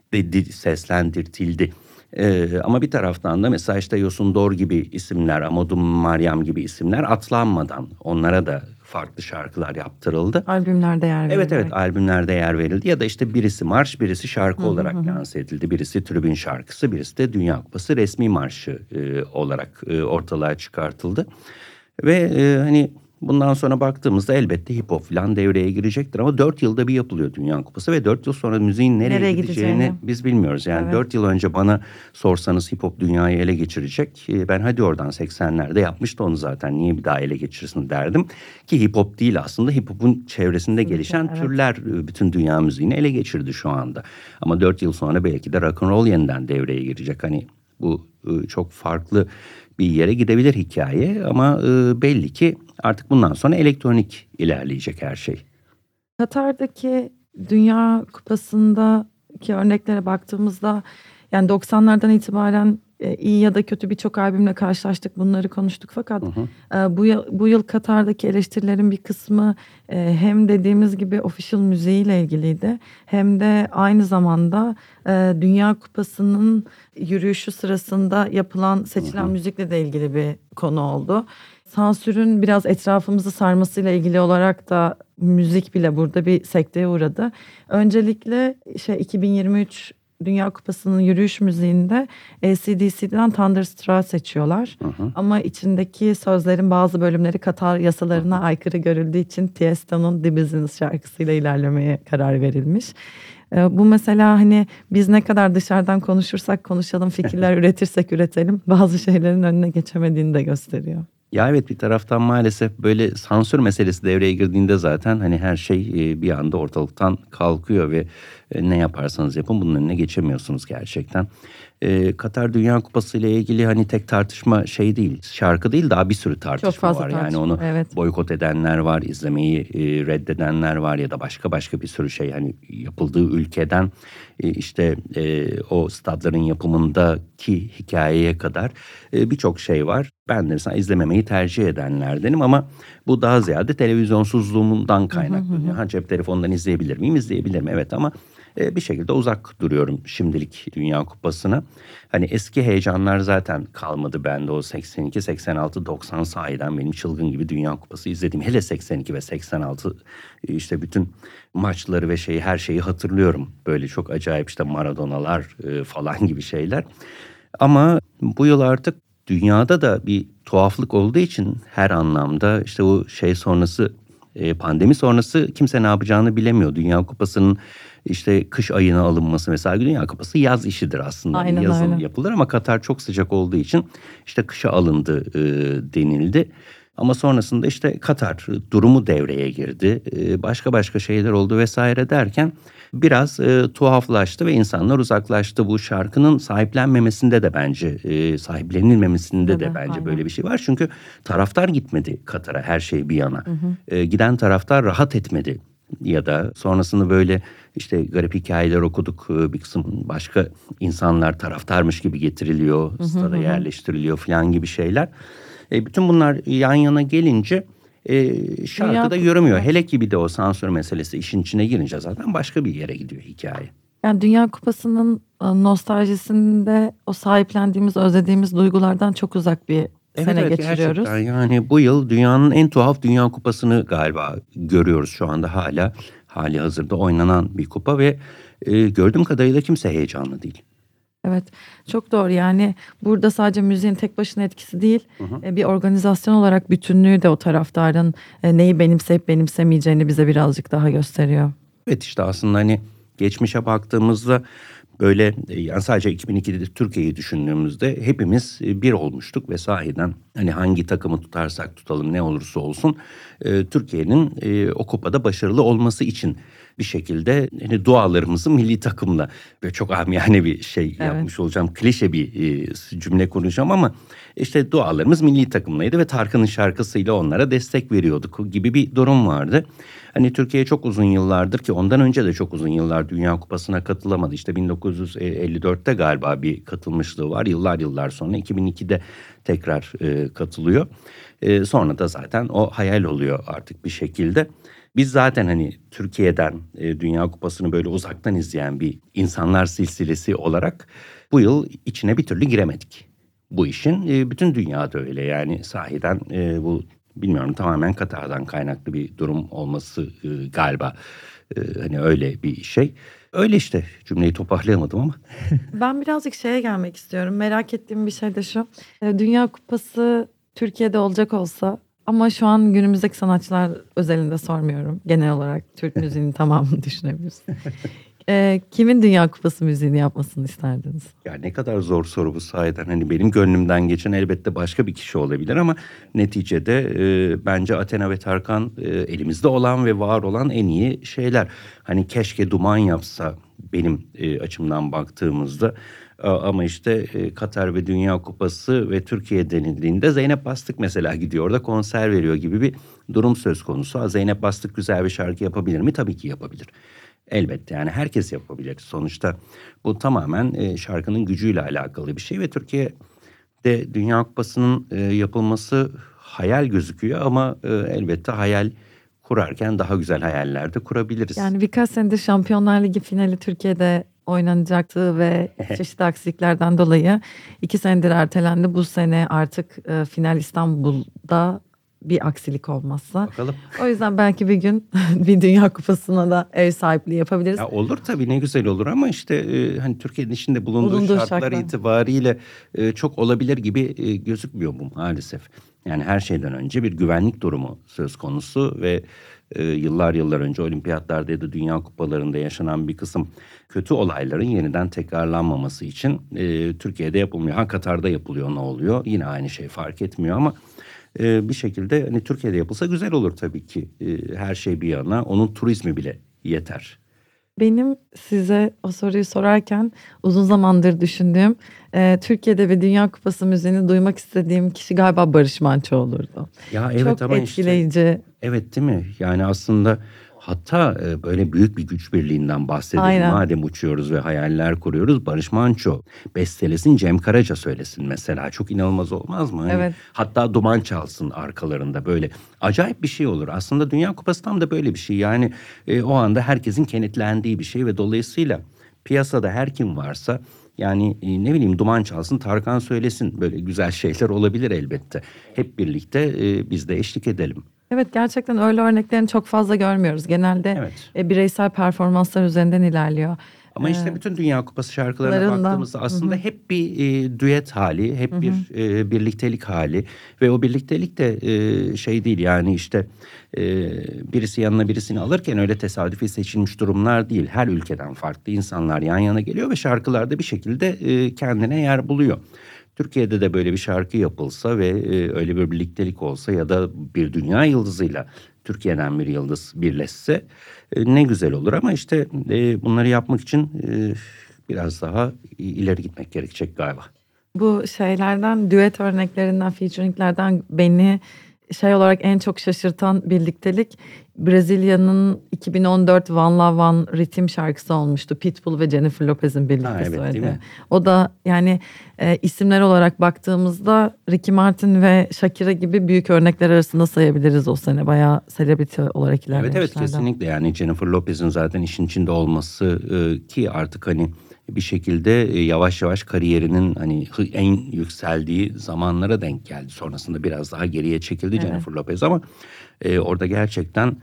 D: Seslendirtildi. Ama bir taraftan da mesela işte Yosun Dor gibi isimler, Amadou Mariam gibi isimler atlanmadan onlara da farklı şarkılar yaptırıldı.
C: Albümlerde yer verildi.
D: Evet, albümlerde yer verildi ya da işte birisi marş, birisi şarkı olarak lanse edildi. Birisi tribün şarkısı, birisi de Dünya Kupası resmi marşı olarak ortalığa çıkartıldı. Ve hani bundan sonra baktığımızda elbette hip hop falan devreye girecektir. Ama 4 yılda bir yapılıyor Dünya Kupası ve 4 yıl sonra müziğin nereye gideceğini biz bilmiyoruz. Yani 4 yıl önce bana sorsanız hip hop dünyayı ele geçirecek. Ben hadi oradan 80'lerde yapmıştı onu zaten. Niye bir daha ele geçirsin derdim. Ki hip hop değil aslında. Hip hop'un çevresinde gelişen türler bütün dünya müziğini ele geçirdi şu anda. Ama 4 yıl sonra belki de rock and roll yeniden devreye girecek. Hani bu çok farklı bir yere gidebilir hikaye ama belli ki artık bundan sonra elektronik ilerleyecek her şey.
C: Katar'daki Dünya Kupası'ndaki örneklere baktığımızda yani 90'lardan itibaren iyi ya da kötü birçok albümle karşılaştık, bunları konuştuk fakat bu yıl Katar'daki eleştirilerin bir kısmı hem dediğimiz gibi official müziğiyle ilgiliydi hem de aynı zamanda Dünya Kupası'nın yürüyüşü sırasında yapılan seçilen müzikle de ilgili bir konu oldu. Sansürün biraz etrafımızı sarmasıyla ilgili olarak da müzik bile burada bir sekteye uğradı. Öncelikle 2023 Dünya Kupası'nın yürüyüş müziğinde AC/DC'den Thunderstruck seçiyorlar. Ama içindeki sözlerin bazı bölümleri Katar yasalarına aykırı görüldüğü için Tiesto'nun The Business şarkısıyla ilerlemeye karar verilmiş. Bu mesela hani biz ne kadar dışarıdan konuşursak konuşalım, fikirler üretirsek üretelim, bazı şeylerin önüne geçemediğini de gösteriyor.
D: Ya evet, bir taraftan maalesef böyle sansür meselesi devreye girdiğinde zaten hani her şey bir anda ortalıktan kalkıyor ve ne yaparsanız yapın bunun önüne geçemiyorsunuz gerçekten. Katar Dünya Kupası ile ilgili hani tek tartışma şey değil, şarkı değil, daha bir sürü tartışma var. Yani onu boykot edenler var, izlemeyi reddedenler var ya da başka bir sürü şey, hani yapıldığı ülkeden işte o stadların yapımındaki hikayeye kadar birçok şey var. Ben de mesela izlememeyi tercih edenlerdenim ama bu daha ziyade televizyonsuzluğumdan kaynaklanıyor. Cep telefonundan izleyebilir miyim? İzleyebilirim, evet, ama bir şekilde uzak duruyorum şimdilik Dünya Kupası'na. Hani eski heyecanlar zaten kalmadı bende, o 82, 86, 90 sahiden benim çılgın gibi Dünya Kupası izlediğim. Hele 82 ve 86 işte bütün maçları ve her şeyi hatırlıyorum. Böyle çok acayip işte Maradona'lar falan gibi şeyler. Ama bu yıl artık dünyada da bir tuhaflık olduğu için her anlamda işte bu şey sonrası pandemi sonrası kimse ne yapacağını bilemiyor. Dünya Kupası'nın işte kış ayına alınması mesela, Dünya Kupası yaz işidir aslında.
C: Aynen
D: Yazın
C: öyle.
D: yapılır ama Katar çok sıcak olduğu için işte kışa alındı denildi. Ama sonrasında işte Katar durumu devreye girdi. Başka şeyler oldu vesaire derken biraz tuhaflaştı ve insanlar uzaklaştı. Bu şarkının sahiplenmemesinde de bence, sahiplenilmemesinde de bence
C: Aynen.
D: böyle bir şey var. Çünkü taraftar gitmedi Katar'a, her şey bir yana. Giden taraftar rahat etmedi. Ya da sonrasında böyle işte garip hikayeler okuduk. Bir kısım başka insanlar taraftarmış gibi getiriliyor, stada yerleştiriliyor falan gibi şeyler. Bütün bunlar yan yana gelince şarkı da yürümüyor. Hele ki bir de o sansür meselesi işin içine girince zaten başka bir yere gidiyor hikaye.
C: Yani Dünya Kupası'nın nostaljisinde o sahiplendiğimiz, özlediğimiz duygulardan çok uzak bir sene geçiriyoruz.
D: Gerçekten yani bu yıl dünyanın en tuhaf Dünya Kupası'nı galiba görüyoruz şu anda, hala hali hazırda oynanan bir kupa ve gördüğüm kadarıyla kimse heyecanlı değil.
C: Evet, çok doğru. Yani burada sadece müziğin tek başına etkisi değil, bir organizasyon olarak bütünlüğü de o taraftarın neyi benimseyip benimsemeyeceğini bize birazcık daha gösteriyor.
D: Evet, işte aslında hani geçmişe baktığımızda böyle yani sadece 2002'de Türkiye'yi düşündüğümüzde hepimiz bir olmuştuk ve sahiden hani hangi takımı tutarsak tutalım, ne olursa olsun Türkiye'nin o kupada başarılı olması için bir şekilde hani dualarımızı milli takımla, ve çok amiyane bir şey yapmış olacağım, klişe bir cümle konuşacağım ama işte dualarımız milli takımlaydı ve Tarkan'ın şarkısıyla onlara destek veriyorduk gibi bir durum vardı. Hani Türkiye çok uzun yıllardır, ki ondan önce de çok uzun yıllar Dünya Kupası'na katılamadı. İşte 1954'te galiba bir katılmışlığı var. Yıllar sonra 2002'de tekrar katılıyor. Sonra da zaten o hayal oluyor artık bir şekilde. Biz zaten hani Türkiye'den Dünya Kupası'nı böyle uzaktan izleyen bir insanlar silsilesi olarak bu yıl içine bir türlü giremedik. Bu işin bütün dünyada öyle yani, sahiden bu bilmiyorum, tamamen Katar'dan kaynaklı bir durum olması galiba, hani öyle bir şey. Öyle işte, cümleyi toparlayamadım ama.
C: Ben birazcık şeye gelmek istiyorum. Merak ettiğim bir şey de şu. Dünya Kupası Türkiye'de olacak olsa, ama şu an günümüzdeki sanatçılar özelinde sormuyorum. Genel olarak Türk müziğinin tamamını düşünebiliriz. Kimin Dünya Kupası müziğini yapmasını isterdiniz?
D: Ya ne kadar zor soru bu sahiden. Hani benim gönlümden geçen elbette başka bir kişi olabilir ama neticede bence Athena ve Tarkan elimizde olan ve var olan en iyi şeyler. Hani keşke Duman yapsa benim açımdan baktığımızda. Ama işte Katar ve Dünya Kupası ve Türkiye denildiğinde Zeynep Bastık mesela gidiyor orada konser veriyor gibi bir durum söz konusu. Zeynep Bastık güzel bir şarkı yapabilir mi? Tabii ki yapabilir. Elbette yani herkes yapabilir. Sonuçta bu tamamen şarkının gücüyle alakalı bir şey ve Türkiye'de Dünya Kupası'nın yapılması hayal gözüküyor ama elbette hayal kurarken daha güzel hayaller de kurabiliriz.
C: Yani birkaç senedir Şampiyonlar Ligi finali Türkiye'de oynanacaktı ve çeşitli aksiliklerden dolayı 2 senedir ertelendi. Bu sene artık final İstanbul'da, bir aksilik olmazsa.
D: Bakalım.
C: O yüzden belki bir gün bir Dünya Kupası'na da ev sahipliği yapabiliriz.
D: Ya olur tabii, ne güzel olur ama işte hani Türkiye'nin içinde bulunduğu şartlar itibariyle çok olabilir gibi gözükmüyor bu maalesef. Yani her şeyden önce bir güvenlik durumu söz konusu ve yıllar önce olimpiyatlarda ya da dünya kupalarında yaşanan bir kısım kötü olayların yeniden tekrarlanmaması için Türkiye'de yapılmıyor. Ha, Katar'da yapılıyor, ne oluyor? Yine aynı şey, fark etmiyor ama bir şekilde hani Türkiye'de yapılsa güzel olur tabii ki. Her şey bir yana, onun turizmi bile yeter.
C: Benim size o soruyu sorarken uzun zamandır düşündüğüm, Türkiye'de ve Dünya Kupası müziğini duymak istediğim kişi galiba Barış Manço olurdu.
D: Ya evet,
C: çok
D: ama
C: etkileyici.
D: İşte, evet değil mi? Yani aslında hatta böyle büyük bir güç birliğinden bahsedelim.
C: Aynen.
D: Madem uçuyoruz ve hayaller kuruyoruz, Barış Manço bestelesin, Cem Karaca söylesin mesela. Çok inanılmaz olmaz mı? Hani
C: Evet.
D: hatta duman çalsın arkalarında, böyle acayip bir şey olur. Aslında Dünya Kupası tam da böyle bir şey. Yani o anda herkesin kenetlendiği bir şey ve dolayısıyla piyasada her kim varsa, yani ne bileyim, duman çalsın, Tarkan söylesin, böyle güzel şeyler olabilir elbette. Hep birlikte biz de eşlik edelim.
C: Evet, gerçekten öyle örneklerini çok fazla görmüyoruz. Genelde bireysel performanslar üzerinden ilerliyor.
D: Ama işte bütün Dünya Kupası şarkılarına baktığımızda aslında hep bir düet hali, hep bir birliktelik hali. Ve o birliktelik de şey değil yani işte birisi yanına birisini alırken öyle tesadüfi seçilmiş durumlar değil. Her ülkeden farklı insanlar yan yana geliyor ve şarkılarda bir şekilde kendine yer buluyor. Türkiye'de de böyle bir şarkı yapılsa ve öyle bir birliktelik olsa ya da bir dünya yıldızıyla Türkiye'den bir yıldız birleşse ne güzel olur. Ama işte bunları yapmak için biraz daha ileri gitmek gerekecek galiba.
C: Bu şeylerden, düet örneklerinden, featuringlerden beni şey olarak en çok şaşırtan birliktelik Brezilya'nın 2014 One Love One ritim şarkısı olmuştu. Pitbull ve Jennifer Lopez'in birlikte söylediği. O da yani isimler olarak baktığımızda Ricky Martin ve Shakira gibi büyük örnekler arasında sayabiliriz o sene. Bayağı celebrity olarak ilerlemişler.
D: Evet kesinlikle yani Jennifer Lopez'in zaten işin içinde olması ki artık hani bir şekilde yavaş yavaş kariyerinin hani en yükseldiği zamanlara denk geldi. Sonrasında biraz daha geriye çekildi Jennifer Lopez ama orada gerçekten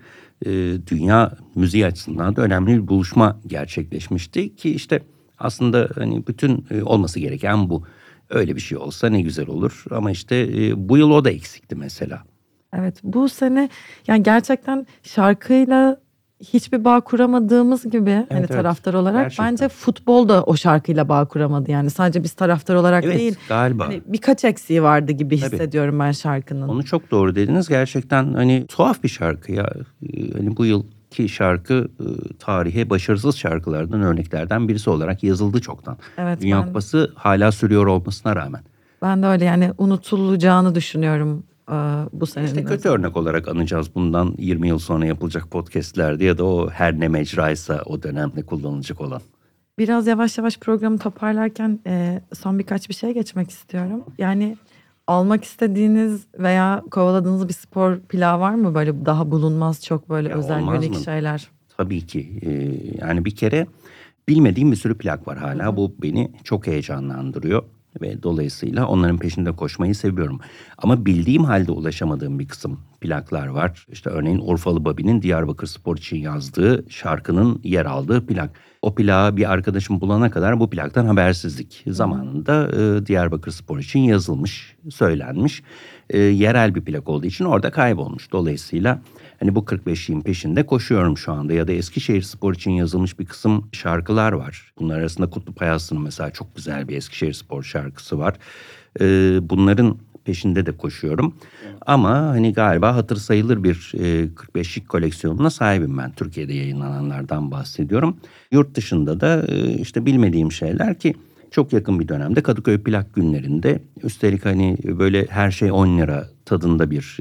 D: dünya müziği açısından da önemli bir buluşma gerçekleşmişti ki işte aslında hani bütün olması gereken bu. Öyle bir şey olsa ne güzel olur ama işte bu yıl o da eksikti mesela.
C: Evet, bu sene yani gerçekten şarkıyla hiçbir bağ kuramadığımız gibi hani taraftar olarak gerçekten. Bence futbol da o şarkıyla bağ kuramadı. Yani sadece biz taraftar olarak değil.
D: Galiba.
C: Hani birkaç eksiği vardı gibi hissediyorum ben şarkının.
D: Onu çok doğru dediniz. Gerçekten hani tuhaf bir şarkı ya. Hani bu yılki şarkı tarihe başarısız şarkılardan örneklerden birisi olarak yazıldı çoktan.
C: Evet,
D: Dünya Kupası hala sürüyor olmasına rağmen.
C: Ben de öyle yani unutulacağını düşünüyorum. Bu senenin
D: İşte kötü örnek olarak anacağız bundan 20 yıl sonra yapılacak podcastlerde ya da o her ne mecraysa o dönemde kullanılacak olan.
C: Biraz yavaş yavaş programı toparlarken son birkaç bir şeye geçmek istiyorum. Yani almak istediğiniz veya kovaladığınız bir spor plağı var mı? Böyle daha bulunmaz çok böyle özel unik şeyler.
D: Tabii ki yani bir kere bilmediğim bir sürü plak var hala. Bu beni çok heyecanlandırıyor. Ve dolayısıyla onların peşinde koşmayı seviyorum. Ama bildiğim halde ulaşamadığım bir kısım plaklar var. İşte örneğin Urfalı Bobby'nin Diyarbakırspor için yazdığı şarkının yer aldığı plak. O plağı bir arkadaşım bulana kadar bu plaktan habersizlik. Zamanında Diyarbakırspor için yazılmış, söylenmiş. Yerel bir plak olduğu için orada kaybolmuş. Dolayısıyla hani bu 45'liğin peşinde koşuyorum şu anda. Ya da Eskişehirspor için yazılmış bir kısım şarkılar var. Bunlar arasında Kutlu Payaslı'nın mesela çok güzel bir Eskişehirspor şarkısı var. Bunların peşinde de koşuyorum. Ama hani galiba hatır sayılır bir 45'lik koleksiyonuna sahibim ben. Türkiye'de yayınlananlardan bahsediyorum. Yurt dışında da işte bilmediğim şeyler ki çok yakın bir dönemde Kadıköy Plak Günlerinde üstelik hani böyle her şey 10 lira tadında bir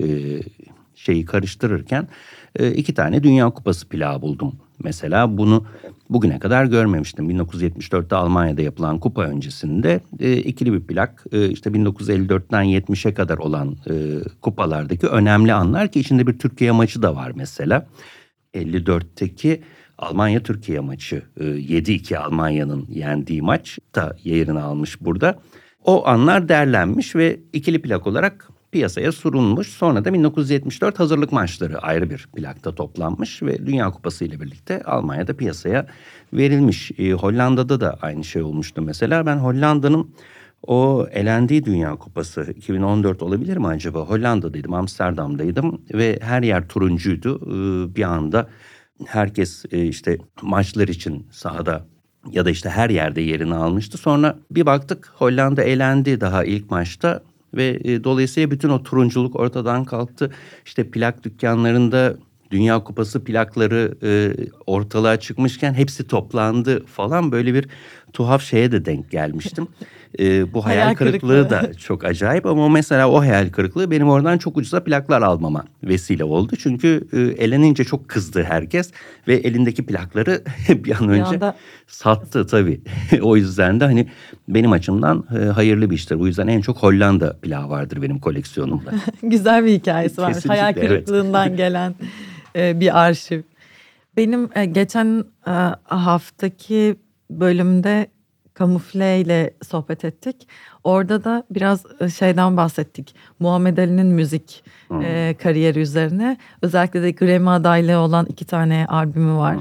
D: şeyi karıştırırken 2 tane Dünya Kupası plağı buldum. Mesela bunu bugüne kadar görmemiştim. 1974'te Almanya'da yapılan kupa öncesinde ikili bir plak. İşte 1954'ten 70'e kadar olan kupalardaki önemli anlar ki içinde bir Türkiye maçı da var mesela. 54'teki Almanya-Türkiye maçı 7-2 Almanya'nın yendiği maç da yerini almış burada. O anlar derlenmiş ve ikili plak olarak piyasaya sunulmuş. Sonra da 1974 hazırlık maçları ayrı bir plakta toplanmış ve Dünya Kupası ile birlikte Almanya'da piyasaya verilmiş. Hollanda'da da aynı şey olmuştu mesela. Ben Hollanda'nın o elendiği Dünya Kupası 2014 olabilir mi acaba? Hollanda'daydım, Amsterdam'daydım ve her yer turuncuydu. Bir anda herkes işte maçlar için sahada ya da işte her yerde yerini almıştı. Sonra bir baktık Hollanda elendi daha ilk maçta. Ve dolayısıyla bütün o turunculuk ortadan kalktı. İşte plak dükkanlarında Dünya Kupası plakları ortalığa çıkmışken hepsi toplandı falan, böyle bir tuhaf şeye de denk gelmiştim. Bu hayal kırıklığı da çok acayip ama mesela o hayal kırıklığı benim oradan çok ucuza plaklar almama vesile oldu. Çünkü elenince çok kızdı herkes ve elindeki plakları bir an önce sattı tabii. O yüzden de hani benim açımdan hayırlı bir iştir. Bu yüzden en çok Hollanda plağı vardır benim koleksiyonumda.
C: Güzel bir hikayesi var. Hayal kırıklığından gelen bir arşiv. Benim geçen haftaki bölümde Kamufle ile sohbet ettik. Orada da biraz şeyden bahsettik. Muhammed Ali'nin müzik kariyeri üzerine. Özellikle de Grammy adaylığı olan 2 tane albümü var.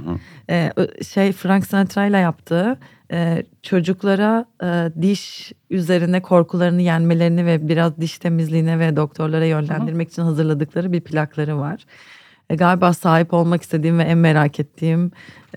C: Frank Sinatra ile yaptığı çocuklara diş üzerine korkularını yenmelerini ve biraz diş temizliğine ve doktorlara yönlendirmek için hazırladıkları bir plakları var. Galiba sahip olmak istediğim ve en merak ettiğim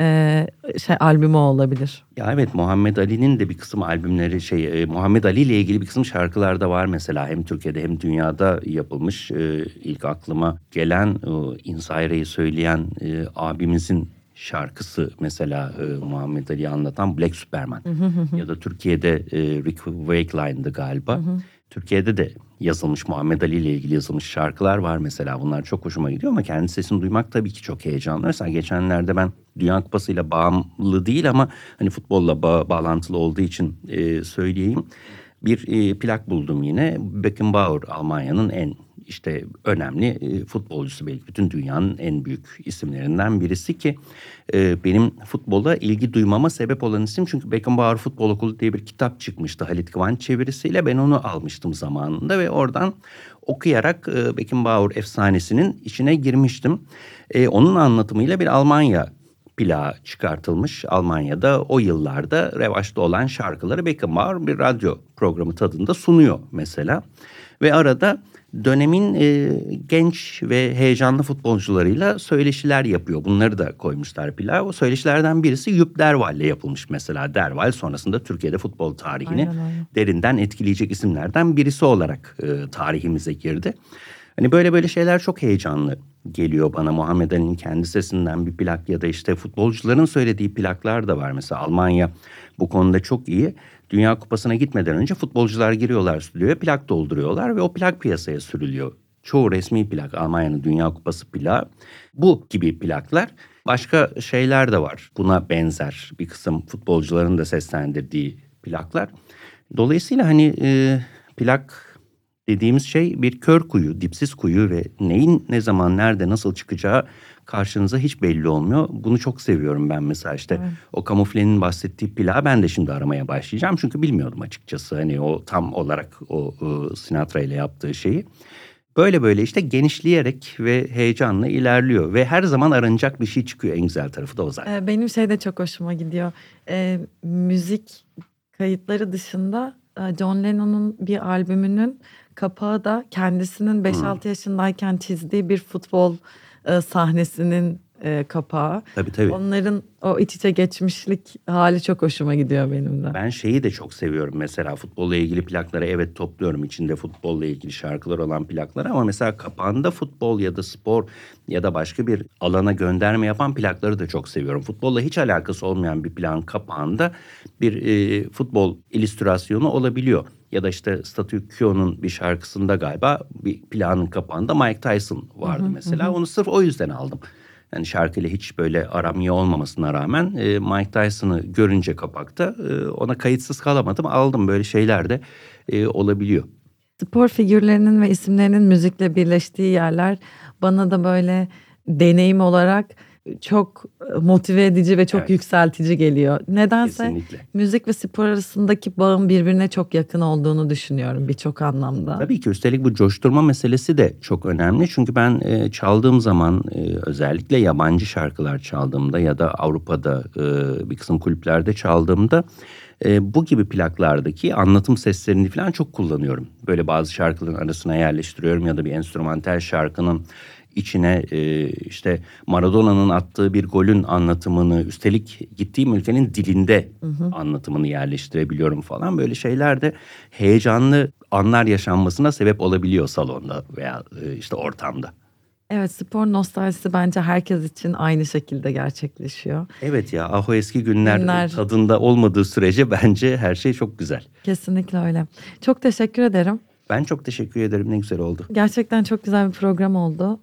C: albümü olabilir.
D: Ya evet, Muhammed Ali'nin de bir kısım albümleri Muhammed Ali ile ilgili bir kısım şarkılar da var mesela, hem Türkiye'de hem dünyada yapılmış. İlk aklıma gelen İnsaire'yi söyleyen abimizin şarkısı mesela, Muhammed Ali'yi anlatan Black Superman. Ya da Türkiye'de Rick Wakeline'dı galiba. Türkiye'de de yazılmış, Muhammed Ali ile ilgili yazılmış şarkılar var mesela. Bunlar çok hoşuma gidiyor ama kendi sesini duymak tabii ki çok heyecanlı. Mesela geçenlerde ben Dünya Kupası'yla bağımlı değil ama hani futbolla bağlantılı olduğu için söyleyeyim. Bir plak buldum yine. Beckenbauer, Almanya'nın en önemli futbolcusu, belki bütün dünyanın en büyük isimlerinden birisi ki benim futbola ilgi duymama sebep olan isim. Çünkü Beckenbauer Futbol Okulu diye bir kitap çıkmıştı Halit Kıvanç çevirisiyle. Ben onu almıştım zamanında ve oradan okuyarak Beckenbauer efsanesinin içine girmiştim. Onun anlatımıyla bir Almanya plağı çıkartılmış. Almanya'da o yıllarda revaçta olan şarkıları Beckenbauer bir radyo programı tadında sunuyor mesela. Ve arada dönemin genç ve heyecanlı futbolcularıyla söyleşiler yapıyor. Bunları da koymuşlar plağa. O söyleşilerden birisi Jupp Derwal'le yapılmış mesela. Derwal sonrasında Türkiye'de futbol tarihini derinden etkileyecek isimlerden birisi olarak tarihimize girdi. Hani böyle şeyler çok heyecanlı geliyor bana. Muhammed Ali'nin kendi sesinden bir plak ya da futbolcuların söylediği plaklar da var. Mesela Almanya bu konuda çok iyi. Dünya Kupası'na gitmeden önce futbolcular giriyorlar stüdyoya, plak dolduruyorlar ve o plak piyasaya sürülüyor. Çoğu resmi plak, Almanya'nın Dünya Kupası plağı. Bu gibi plaklar. Başka şeyler de var. Buna benzer bir kısım futbolcuların da seslendirdiği plaklar. Dolayısıyla plak dediğimiz şey bir kör kuyu, dipsiz kuyu ve neyin ne zaman, nerede, nasıl çıkacağı karşınıza hiç belli olmuyor. Bunu çok seviyorum ben mesela evet. O Kamufle'nin bahsettiği plağı ben de şimdi aramaya başlayacağım. Çünkü bilmiyordum açıkçası o tam olarak o Sinatra ile yaptığı şeyi. Böyle genişleyerek ve heyecanla ilerliyor. Ve her zaman aranacak bir şey çıkıyor. En güzel tarafı da o zaten.
C: Benim de çok hoşuma gidiyor. Müzik kayıtları dışında John Lennon'un bir albümünün kapağı da kendisinin 5-6 yaşındayken çizdiği bir futbol sahnesinin kapağı.
D: Tabii.
C: Onların o iç içe geçmişlik hali çok hoşuma gidiyor benim de.
D: Ben şeyi de çok seviyorum mesela, futbolla ilgili plakları evet topluyorum, içinde futbolla ilgili şarkılar olan plakları, ama mesela kapağında futbol ya da spor ya da başka bir alana gönderme yapan plakları da çok seviyorum. Futbolla hiç alakası olmayan bir plağın kapağında bir futbol illüstrasyonu olabiliyor. Ya da Statü Quo'nun bir şarkısında galiba bir plağın kapağında Mike Tyson vardı mesela. Onu sırf o yüzden aldım. Yani şarkıyla hiç böyle aram iyi olmamasına rağmen Mike Tyson'ı görünce kapakta ona kayıtsız kalamadım. Aldım, böyle şeyler de olabiliyor.
C: Spor figürlerinin ve isimlerinin müzikle birleştiği yerler bana da böyle deneyim olarak çok motive edici ve çok yükseltici geliyor. Nedense
D: kesinlikle.
C: Müzik ve spor arasındaki bağın birbirine çok yakın olduğunu düşünüyorum birçok anlamda.
D: Tabii ki, üstelik bu coşturma meselesi de çok önemli. Çünkü ben çaldığım zaman özellikle yabancı şarkılar çaldığımda ya da Avrupa'da bir kısım kulüplerde çaldığımda bu gibi plaklardaki anlatım seslerini falan çok kullanıyorum. Böyle bazı şarkıların arasına yerleştiriyorum ya da bir enstrümantal şarkının içine Maradona'nın attığı bir golün anlatımını, üstelik gittiğim ülkenin dilinde anlatımını yerleştirebiliyorum falan. Böyle şeyler de heyecanlı anlar yaşanmasına sebep olabiliyor salonda veya ortamda.
C: Evet, spor nostaljisi bence herkes için aynı şekilde gerçekleşiyor.
D: Evet ya, o eski günler tadında olmadığı sürece bence her şey çok güzel.
C: Kesinlikle öyle. Çok teşekkür ederim.
D: Ben çok teşekkür ederim. Ne güzel oldu.
C: Gerçekten çok güzel bir program oldu.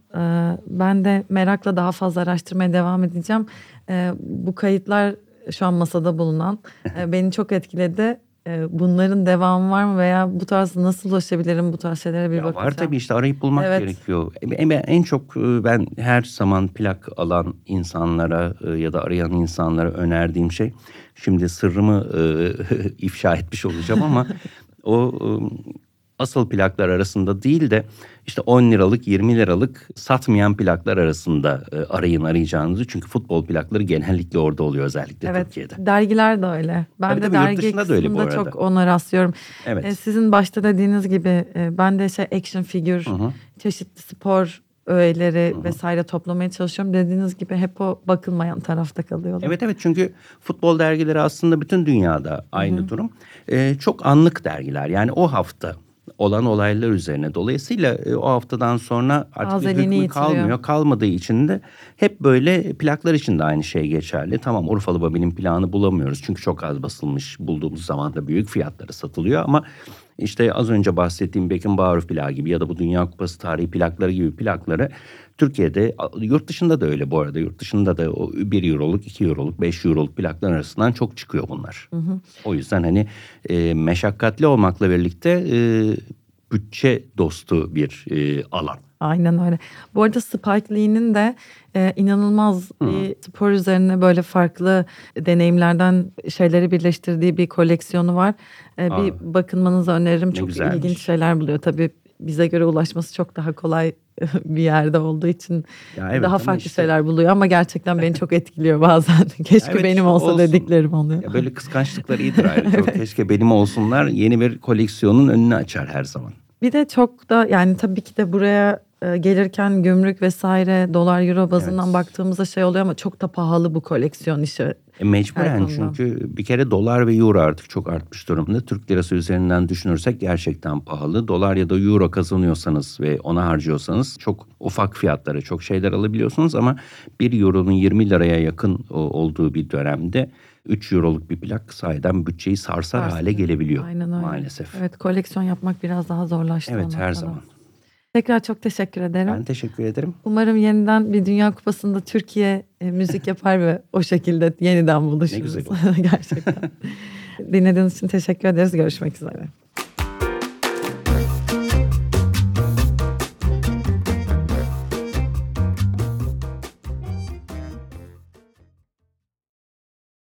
C: Ben de merakla daha fazla araştırmaya devam edeceğim. Bu kayıtlar şu an masada bulunan beni çok etkiledi. Bunların devamı var mı veya bu tarz nasıl ulaşabilirim, bu tarz şeylere bir
D: Ya
C: bakacağım.
D: var tabii, işte arayıp bulmak
C: Evet.
D: gerekiyor. En çok ben her zaman plak alan insanlara ya da arayan insanlara önerdiğim şey, şimdi sırrımı ifşa etmiş olacağım ama o asıl plaklar arasında değil de işte 10 liralık 20 liralık satmayan plaklar arasında arayın arayacağınızı. Çünkü futbol plakları genellikle orada oluyor, özellikle
C: Evet,
D: Türkiye'de.
C: dergiler de öyle. Ben
D: Tabii
C: de
D: tabii, yurt
C: dergi
D: dışında da öyle bu
C: kısmında
D: arada.
C: çok ona rastlıyorum.
D: Evet.
C: Sizin başta dediğiniz gibi ben de action figür, çeşitli spor öğeleri vesaire toplamaya çalışıyorum. Dediğiniz gibi hep o bakılmayan tarafta kalıyorlar.
D: Evet evet, çünkü futbol dergileri aslında bütün dünyada aynı durum. Çok anlık dergiler, yani o hafta olan olaylar üzerine. Dolayısıyla o haftadan sonra artık bir
C: Tazeliğini
D: hükmü
C: yitiriyor.
D: kalmıyor. Kalmadığı için de hep böyle plaklar için de aynı şey geçerli. Tamam, Urfalı Babil'in plağını bulamıyoruz çünkü çok az basılmış, bulduğumuz zaman da büyük fiyatlara satılıyor ama işte az önce bahsettiğim Beckenbauer plağı gibi ya da bu Dünya Kupası tarihi plakları gibi plakları Türkiye'de, yurt dışında da öyle bu arada. Yurt dışında da o 1 euroluk, 2 euroluk, 5 euroluk plaklar arasından çok çıkıyor bunlar. O yüzden hani meşakkatli olmakla birlikte bütçe dostu bir alan.
C: Aynen öyle. Bu arada Spike Lee'nin de inanılmaz bir spor üzerine böyle farklı deneyimlerden şeyleri birleştirdiği bir koleksiyonu var. Bir bakınmanızı öneririm. Çok
D: güzelmiş.
C: ilginç şeyler buluyor. Tabii bize göre ulaşması çok daha kolay bir yerde olduğu için
D: Ya evet,
C: daha
D: ama
C: farklı
D: işte-
C: şeyler buluyor ama gerçekten beni çok etkiliyor bazen. Keşke
D: Evet,
C: benim olsa
D: olsun.
C: dediklerim oluyor.
D: Ya böyle kıskançlıkları iyidir ayrıca. Keşke benim olsunlar, yeni bir koleksiyonun önünü açar her zaman.
C: Bir de çok da yani tabii ki de buraya gelirken gümrük vesaire dolar euro bazından
D: Evet.
C: baktığımızda şey oluyor ama çok da pahalı bu koleksiyon işi. Her
D: Mecburen,
C: konudan.
D: çünkü bir kere dolar ve euro artık çok artmış durumda. Türk lirası üzerinden düşünürsek gerçekten pahalı. Dolar ya da euro kazanıyorsanız ve ona harcıyorsanız çok ufak fiyatlara çok şeyler alabiliyorsunuz ama 1 euronun 20 liraya yakın olduğu bir dönemde 3 euroluk bir plak sahiden bütçeyi sarsar hale
C: Sarsıyor.
D: gelebiliyor
C: Aynen öyle.
D: maalesef.
C: Evet, koleksiyon yapmak biraz daha zorlaştı.
D: Evet,
C: o
D: her
C: noktada.
D: zaman.
C: Tekrar çok teşekkür ederim.
D: Ben teşekkür ederim.
C: Umarım yeniden bir Dünya Kupası'nda Türkiye müzik yapar ve o şekilde yeniden buluşuruz.
D: Ne güzel olur.
C: Gerçekten. Dinlediğiniz için teşekkür ederiz. Görüşmek üzere.